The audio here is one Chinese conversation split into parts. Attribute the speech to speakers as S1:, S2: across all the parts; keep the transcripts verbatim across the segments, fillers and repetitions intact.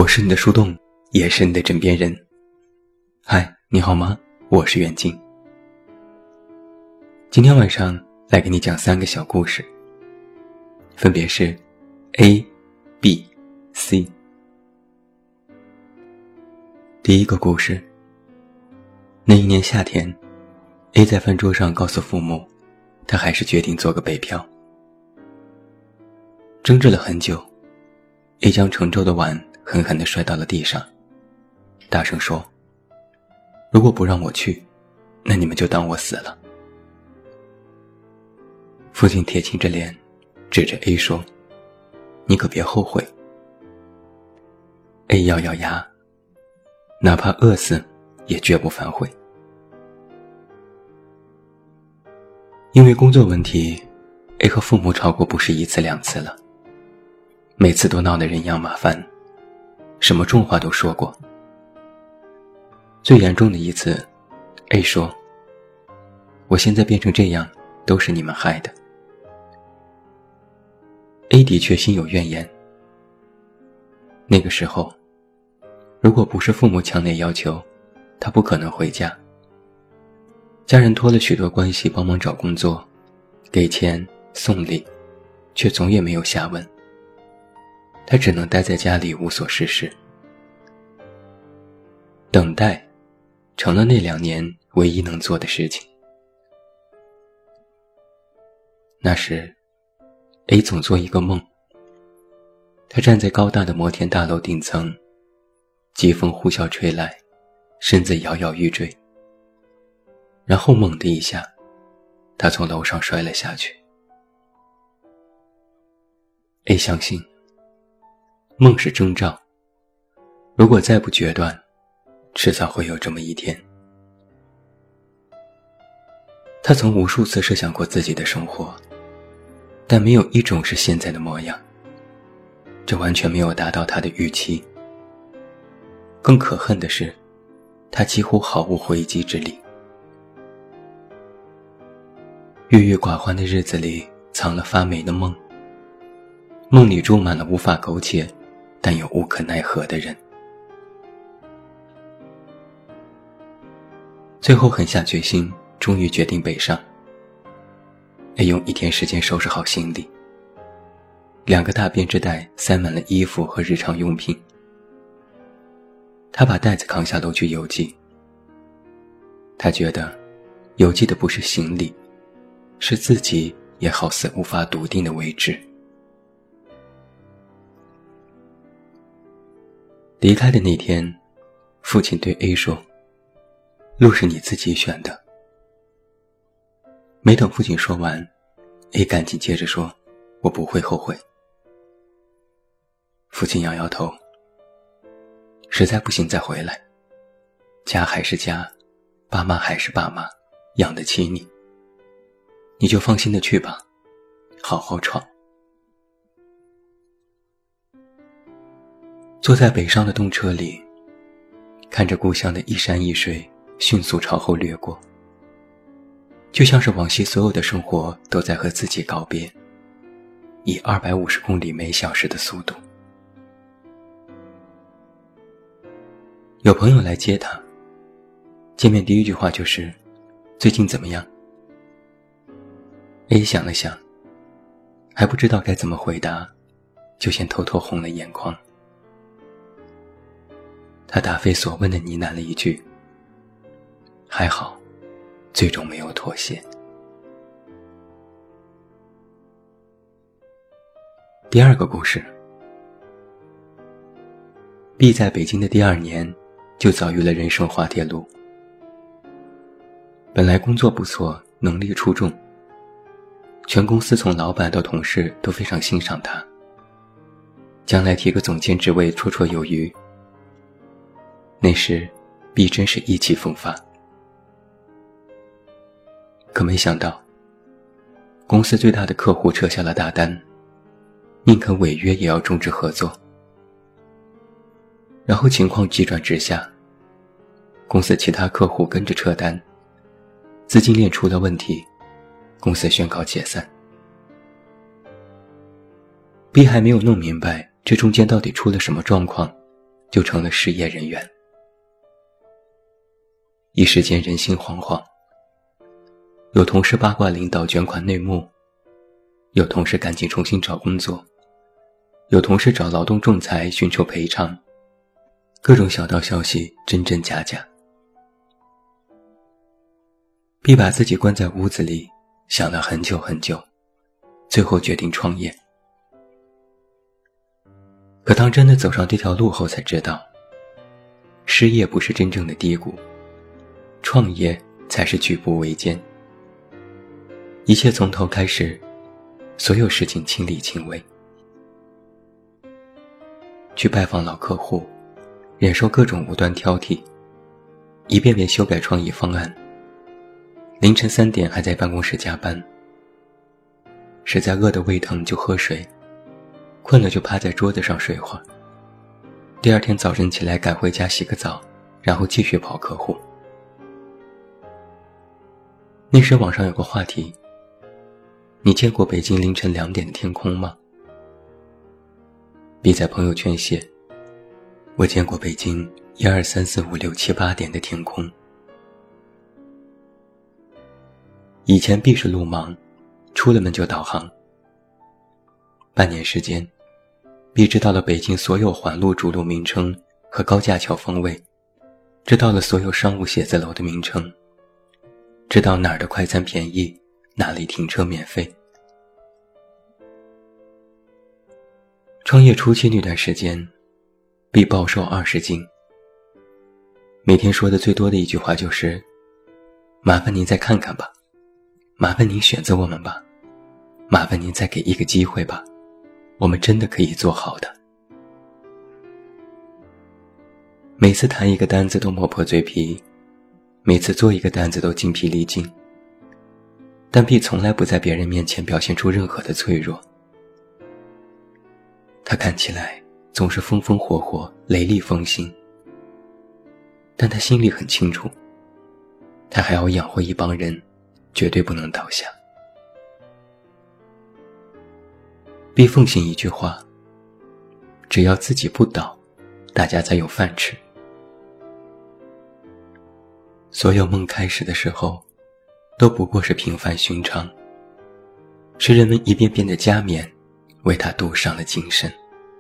S1: 是你的树洞，也是你的枕边人。嗨，你好吗？我是远近。今天晚上来给你讲三个小故事，分别是 A、B、C。 第一个故事，那一年夏天， A 在饭桌上告诉父母，他还是决定做个北漂。争执了很久， A 将盛粥的碗狠狠地摔到了地上，大声说，如果不让我去，那你们就当我死了。父亲铁青着脸指着 A 说，你可别后悔。 A 咬咬牙，哪怕饿死也绝不反悔。因为工作问题， A 和父母吵过不是一次两次了，每次都闹得人仰马翻，什么重话都说过。最严重的一次， A 说，我现在变成这样都是你们害的。 A 的确心有怨言，那个时候如果不是父母强烈要求，他不可能回家。家人托了许多关系帮忙找工作，给钱送礼，却总也没有下文。他只能待在家里无所事事，等待成了那两年唯一能做的事情。那时 A 总做一个梦，他站在高大的摩天大楼顶层，疾风呼啸吹来，身子摇摇欲坠，然后猛地一下，他从楼上摔了下去。 A 相信梦是征兆，如果再不决断，迟早会有这么一天。他曾无数次设想过自己的生活，但没有一种是现在的模样，这完全没有达到他的预期。更可恨的是，他几乎毫无回击之力。郁郁寡欢的日子里藏了发霉的梦，梦里住满了无法苟且但又无可奈何的人。最后狠下决心，终于决定北上。A 用一天时间收拾好行李，两个大编织袋塞满了衣服和日常用品。他把袋子扛下楼去邮寄。他觉得邮寄的不是行李，是自己也好似无法笃定的未知。离开的那天，父亲对 A 说，路是你自己选的。没等父亲说完， A 赶紧接着说，我不会后悔。父亲摇摇头，实在不行再回来，家还是家，爸妈还是爸妈，养得起你，你就放心的去吧，好好闯。坐在北上的动车里，看着故乡的一山一水迅速朝后掠过，就像是往昔所有的生活都在和自己告别，以二百五十公里每小时的速度。有朋友来接他，见面第一句话就是最近怎么样。 A 想了想，还不知道该怎么回答，就先偷偷红了眼眶。他答非所问地呢喃了一句，还好最终没有妥协。第二个故事， B 在北京的第二年就遭遇了人生滑铁卢。本来工作不错，能力出众，全公司从老板到同事都非常欣赏他，将来提个总监职位绰绰有余。那时 B 真是意气风发，可没想到公司最大的客户撤下了大单，宁肯违约也要终止合作。然后情况急转直下，公司其他客户跟着撤单，资金链出了问题，公司宣告解散。 B 还没有弄明白这中间到底出了什么状况， 就成了失业人员。一时间人心惶惶，有同事八卦领导卷款内幕，有同事赶紧重新找工作，有同事找劳动仲裁寻求赔偿，各种小道消息真真假假。B把自己关在屋子里想了很久很久，最后决定创业。可当真的走上这条路后才知道，失业不是真正的低谷，创业才是举步维艰。一切从头开始，所有事情亲力亲为。去拜访老客户，忍受各种无端挑剔，一遍遍修改创意方案，凌晨三点还在办公室加班，实在饿得胃疼就喝水，困了就趴在桌子上睡会儿，第二天早晨起来赶回家洗个澡，然后继续跑客户。那时网上有个话题，你见过北京凌晨两点的天空吗？比在朋友圈写，我见过北京一二三四五六七八点的天空。以前必是路盲，出了门就导航。半年时间，必知道了北京所有环路主路名称和高架桥方位，知道了所有商务写字楼的名称，知道哪儿的快餐便宜，哪里停车免费。创业初期那段时间，必暴瘦二十斤。每天说的最多的一句话就是：“麻烦您再看看吧，麻烦您选择我们吧，麻烦您再给一个机会吧，我们真的可以做好的。”每次谈一个单子都磨破嘴皮，每次做一个单子都精疲力尽，但必从来不在别人面前表现出任何的脆弱。他看起来总是风风火火，雷厉风行，但他心里很清楚，他还要养活一帮人，绝对不能倒下。必奉行一句话：只要自己不倒，大家才有饭吃。所有梦开始的时候，都不过是平凡寻常，是人们一遍遍的加冕，为他镀上了金身。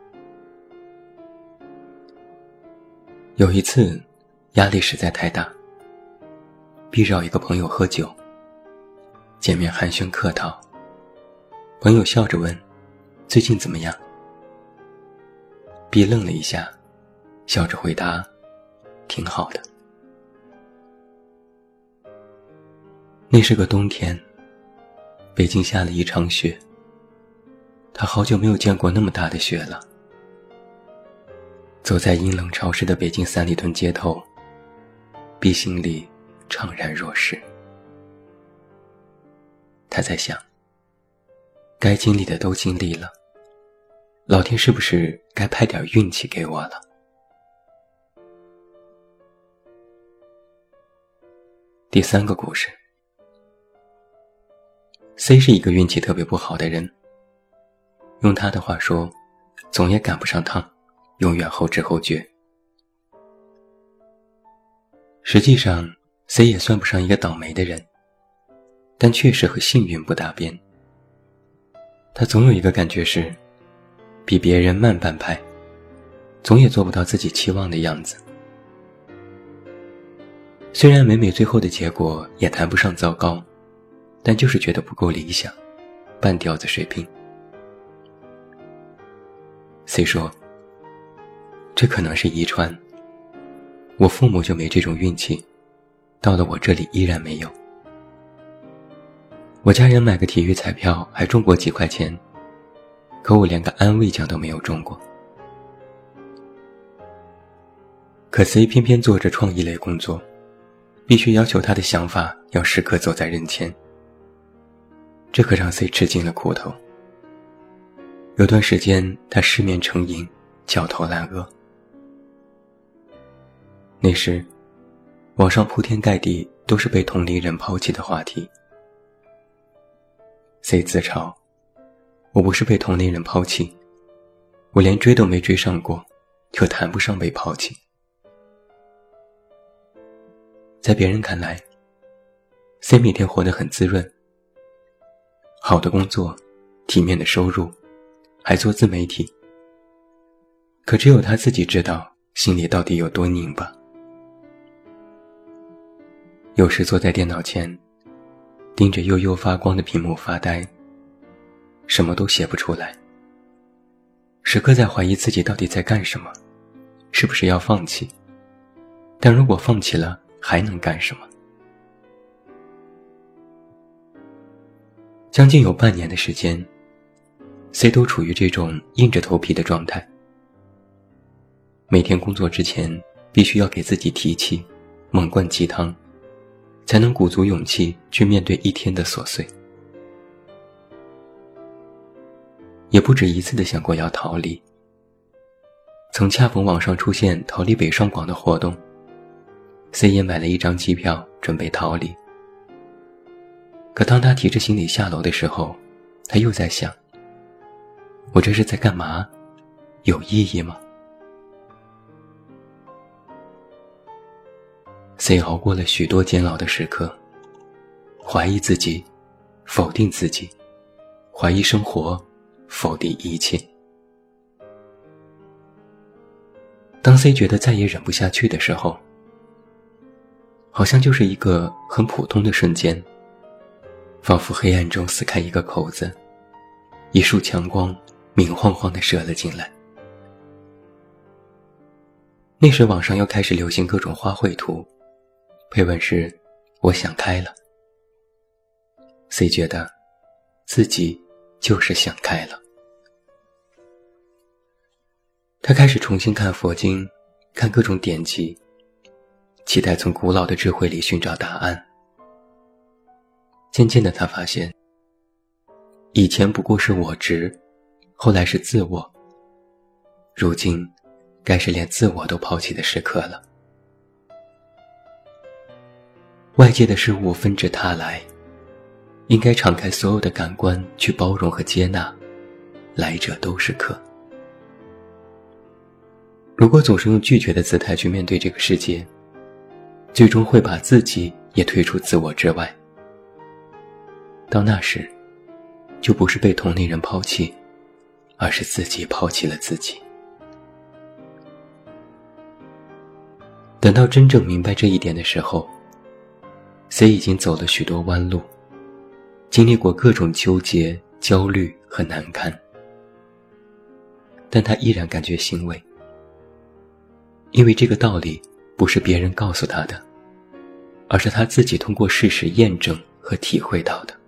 S1: 有一次压力实在太大，必找一个朋友喝酒，见面寒暄客套，朋友笑着问：“最近怎么样？”必愣了一下，笑着回答：“挺好的。”那是个冬天，北京下了一场雪，他好久没有见过那么大的雪了。走在阴冷潮湿的北京三里屯街头，必心里怅然若失。他在想，该经历的都经历了，老天是不是该派点运气给我了？第三个故事。C 是一个运气特别不好的人，用他的话说，总也赶不上趟，永远后知后觉。实际上 C 也算不上一个倒霉的人，但确实和幸运不搭边。他总有一个感觉是比别人慢半拍，总也做不到自己期望的样子。虽然每每最后的结果也谈不上糟糕，但就是觉得不够理想，半吊子水平。C 说，这可能是遗传，我父母就没这种运气，到了我这里依然没有。我家人买个体育彩票还中过几块钱，可我连个安慰奖都没有中过。可 C 偏偏做着创意类工作，必须要求他的想法要时刻走在人前，这可让 C 吃尽了苦头。有段时间他失眠成瘾，焦头烂额。那时网上铺天盖地都是被同龄人抛弃的话题。 C 自嘲，我不是被同龄人抛弃，我连追都没追上过， 又谈不上被抛弃。在别人看来， C 每天活得很滋润，好的工作，体面的收入，还做自媒体。可只有他自己知道心里到底有多拧巴。有时坐在电脑前，盯着悠悠发光的屏幕发呆，什么都写不出来，时刻在怀疑自己到底在干什么，是不是要放弃？但如果放弃了，还能干什么？将近有半年的时间， C 都处于这种硬着头皮的状态。每天工作之前必须要给自己提气，猛灌鸡汤，才能鼓足勇气去面对一天的琐碎。也不止一次地想过要逃离，曾恰逢网上出现逃离北上广的活动， C 也买了一张机票准备逃离。可当他提着行李下楼的时候，他又在想，我这是在干嘛？有意义吗？ C 熬过了许多煎熬的时刻，怀疑自己，否定自己，怀疑生活，否定一切。当 C 觉得再也忍不下去的时候，好像就是一个很普通的瞬间，仿佛黑暗中撕开一个口子，一束强光明晃晃地射了进来。那时网上又开始流行各种花卉图，配文是我想开了。 C 觉得自己就是想开了。他开始重新看佛经，看各种典籍，期待从古老的智慧里寻找答案。渐渐的他发现，以前不过是我执，后来是自我，如今该是连自我都抛弃的时刻了。外界的事物纷至沓来，应该敞开所有的感官去包容和接纳，来者都是客。如果总是用拒绝的姿态去面对这个世界，最终会把自己也推出自我之外。到那时，就不是被同龄人抛弃，而是自己抛弃了自己。等到真正明白这一点的时候， C 已经走了许多弯路，经历过各种纠结、焦虑和难堪，但他依然感觉欣慰，因为这个道理不是别人告诉他的，而是他自己通过事实验证和体会到的。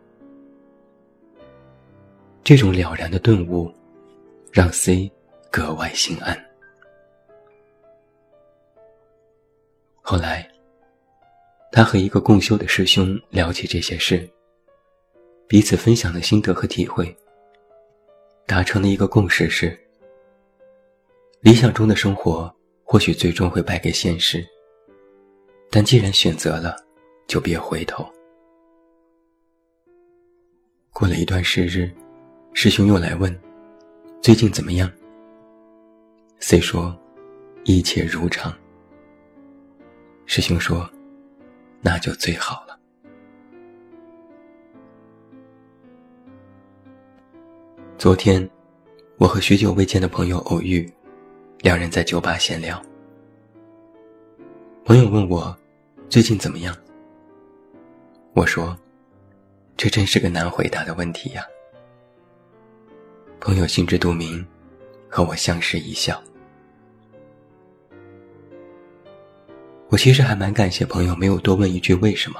S1: 这种了然的顿悟，让 C 格外心安。后来，他和一个共修的师兄聊起这些事，彼此分享了心得和体会，达成了一个共识是，理想中的生活或许最终会败给现实，但既然选择了，就别回头。过了一段时日，师兄又来问，最近怎么样？ C 说，一切如常。师兄说，那就最好了。昨天，我和许久未见的朋友偶遇，两人在酒吧闲聊。朋友问我最近怎么样，我说，这真是个难回答的问题呀。朋友心知肚明，和我相视一笑。我其实还蛮感谢朋友没有多问一句为什么，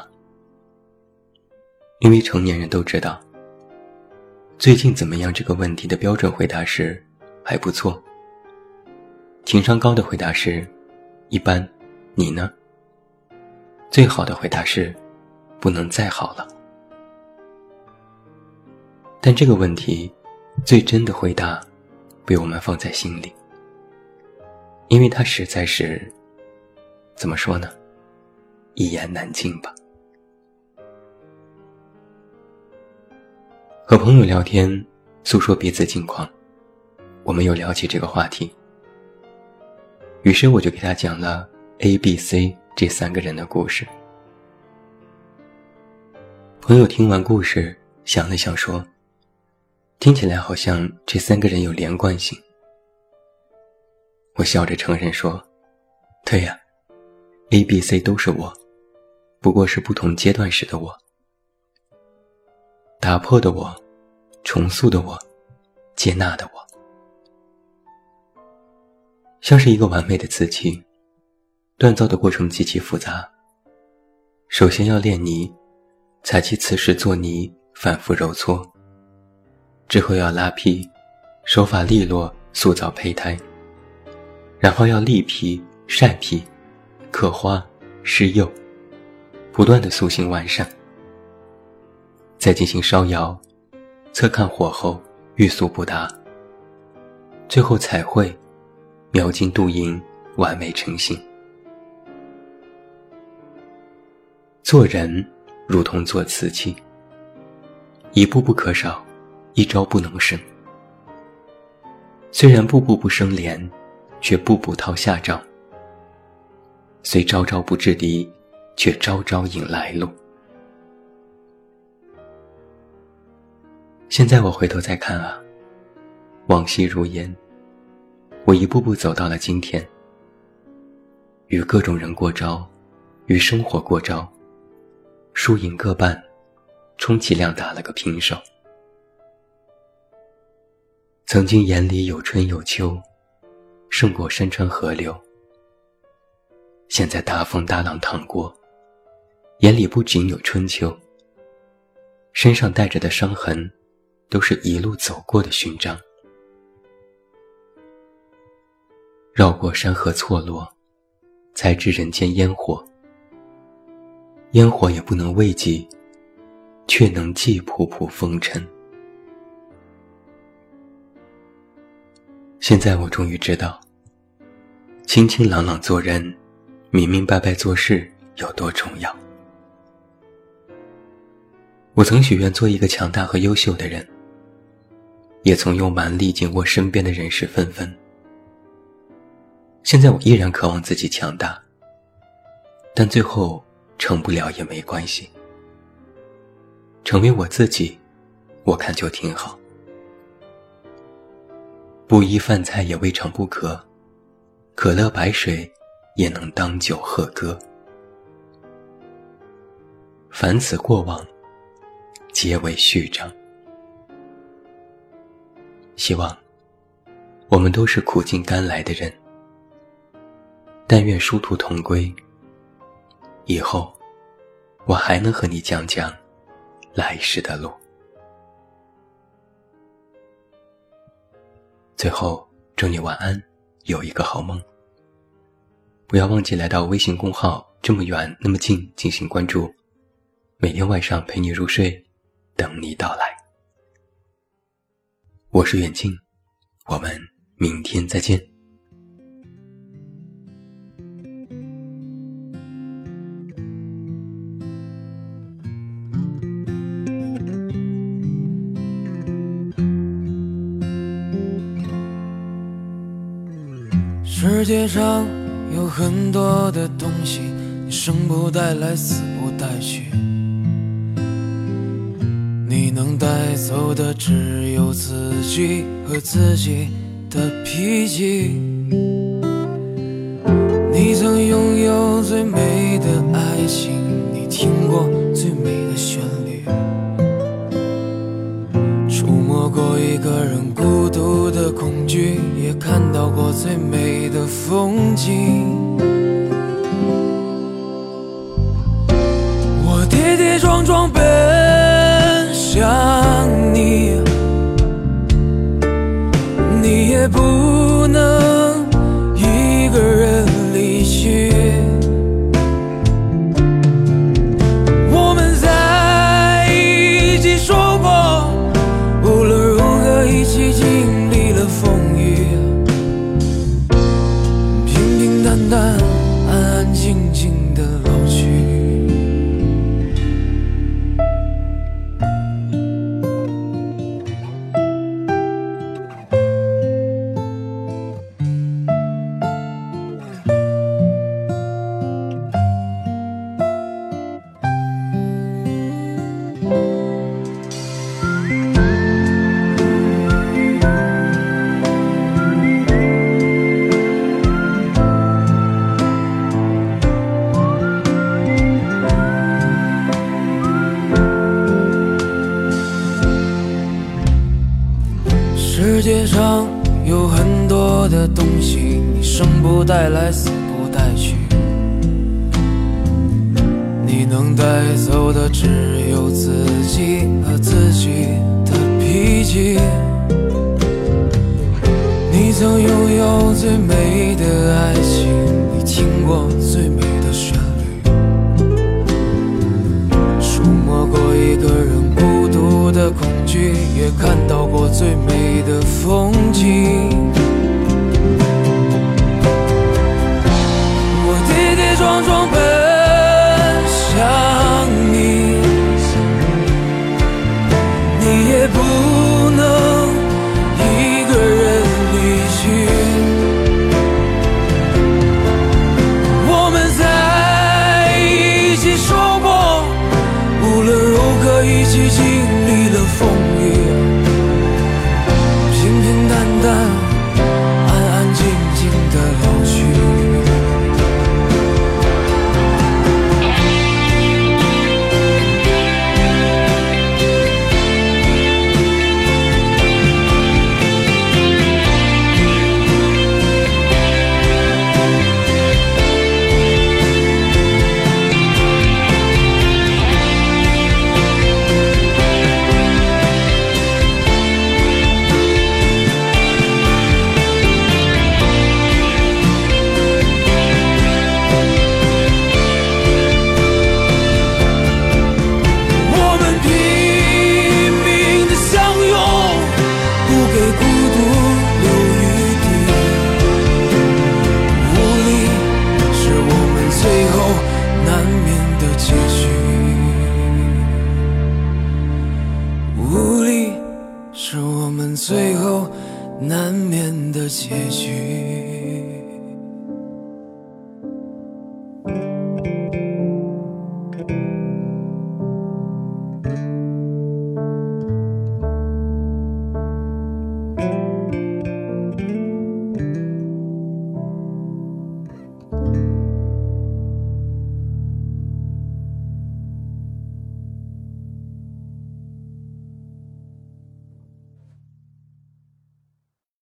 S1: 因为成年人都知道，最近怎么样这个问题的标准回答是还不错，情商高的回答是一般，你呢？最好的回答是不能再好了。但这个问题最真的回答被我们放在心里，因为它实在是，怎么说呢，一言难尽吧。和朋友聊天，诉说彼此近况，我们又聊起这个话题。 于是我就给他讲了 A、B、C 这三个人的故事。朋友听完故事想了想说，听起来好像这三个人有连贯性。我笑着承认说，对呀， A、B、C 都是我，不过是不同阶段时的我。打破的我，重塑的我，接纳的我，像是一个完美的瓷器，锻造的过程极其复杂。首先要炼泥，采集磁石做泥，反复揉搓，之后要拉坯，手法利落，塑造胚胎，然后要立坯、晒坯、刻花、施釉，不断的塑形完善，再进行烧窑，测看火候，欲速不达，最后彩绘，描金镀银，完美成型。做人如同做瓷器，一步不可少，一招不能省。虽然步步不生莲，却步步掏下招，虽朝朝不至敌，却朝朝引来路。现在我回头再看啊，往昔如烟，我一步步走到了今天，与各种人过招，与生活过招，输赢各半，充其量打了个平手。曾经眼里有春有秋，胜过山川河流，现在大风大浪淌过，眼里不仅有春秋，身上带着的伤痕都是一路走过的勋章。绕过山河错落，才知人间烟火，烟火也不能慰藉，却能寄仆仆风尘。现在我终于知道，清清朗朗做人，明明白白做事有多重要。我曾许愿做一个强大和优秀的人，也曾用蛮力紧握身边的人事纷纷。现在我依然渴望自己强大，但最后成不了也没关系。成为我自己，我看就挺好。不衣饭菜也未尝不可，可乐白水也能当酒贺歌。凡此过往，皆为序章。希望我们都是苦尽甘来的人，但愿殊途同归，以后我还能和你讲讲来时的路。最后祝你晚安，有一个好梦。不要忘记来到微信公号这么远那么近进行关注，每天晚上陪你入睡，等你到来。我是远近，我们明天再见。
S2: 世界上有很多的东西，你生不带来，死不带去，你能带走的只有自己和自己的脾气。你曾拥有最美的爱情，你听过最美的旋律，触摸过一个人孤独的恐惧，也看到过最美的风景。我跌跌撞撞奔向你，你也不能一个人离去。我们在一起说过，无论如何一起经历了风雨，平平淡淡世界上有很多的东西，你生不带来，死不带去，你能带走的只有自己和自己的脾气。你曾拥有最美的爱情，你听过最美的旋律，触摸过一个人孤独的恐惧，也看到过最美的风景。我跌跌撞撞奔向你，你也不能一个人离去。我们在一起说过，无论如何一起经历了风雨，平平淡淡，安安静静的老去。是我们最后难免的结局。